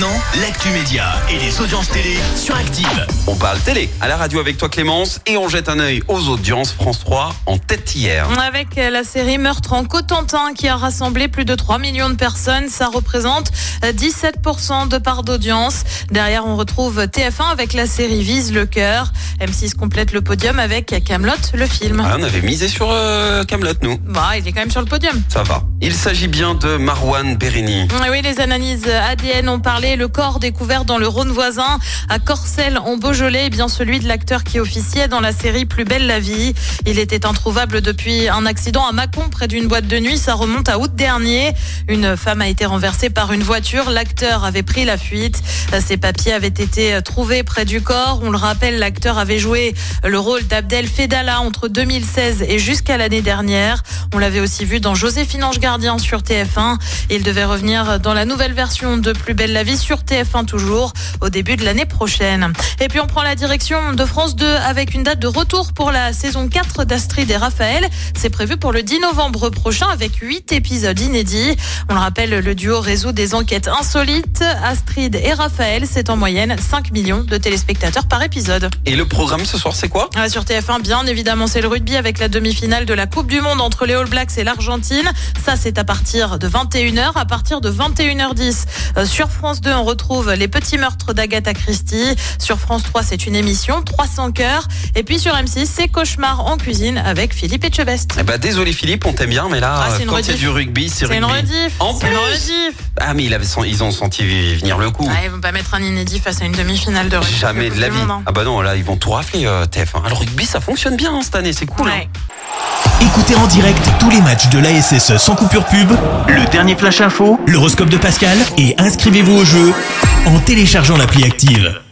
maintenant, l'actu média et les audiences télé sur Active. On parle télé à la radio avec toi Clémence et on jette un œil aux audiences. France 3 en tête hier. Avec la série Meurtre en Cotentin qui a rassemblé plus de 3 millions de personnes, ça représente 17% de part d'audience. Derrière, on retrouve TF1 avec la série Vise le cœur. M6 complète le podium avec Kaamelott, le film. On avait misé sur Kaamelott, nous. Il est quand même sur le podium. Ça va. Il s'agit bien de Marouane Béréni. Oui, les analyses ADN ont parlé. Le corps découvert dans le Rhône voisin, à Corcelles, en Beaujolais, est bien celui de l'acteur qui officiait dans la série Plus belle la vie. Il était introuvable depuis un accident à Mâcon, près d'une boîte de nuit. Ça remonte à août dernier. Une femme a été renversée par une voiture. L'acteur avait pris la fuite. Ses papiers avaient été trouvés près du corps. On le rappelle, l'acteur avait joué le rôle d'Abdel Fedala entre 2016 et jusqu'à l'année dernière. On l'avait aussi vu dans Joséphine Ange Gardien sur TF1. Il devait revenir dans la nouvelle version de Plus belle la vie sur TF1 toujours au début de l'année prochaine. Et puis on prend la direction de France 2 avec une date de retour pour la saison 4 d'Astrid et Raphaël. C'est prévu pour le 10 novembre prochain avec 8 épisodes inédits. On le rappelle, le duo résout des enquêtes insolites. Astrid et Raphaël, c'est en moyenne 5 millions de téléspectateurs par épisode. Et le programme ce soir, c'est quoi ? Sur TF1, bien évidemment, c'est le rugby avec la demi-finale de la Coupe du Monde entre les All Blacks et l'Argentine. Ça, c'est à partir de 21h. À partir de 21h10, sur France 2, on retrouve Les Petits Meurtres d'Agatha Christie. Sur France 3, c'est une émission, 300 cœurs. Et puis sur M6, c'est Cauchemar en cuisine avec Philippe Etchebest. Désolé Philippe, on t'aime bien, mais là, quand il y a du rugby, c'est rugby. C'est une rediff. En plus. C'est une rediff. Ah, mais ils ont senti venir le coup. Ils vont pas mettre un inédit face à une demi-finale de rugby. Jamais de la vie. Ah bah non, là, ils vont tout rafler TF1. Le rugby, ça fonctionne bien cette année, c'est cool. Ouais. Écoutez en direct tous les matchs de l'ASSE sans coupure pub, le dernier flash info, l'horoscope de Pascal et inscrivez-vous au jeu en téléchargeant l'appli Active.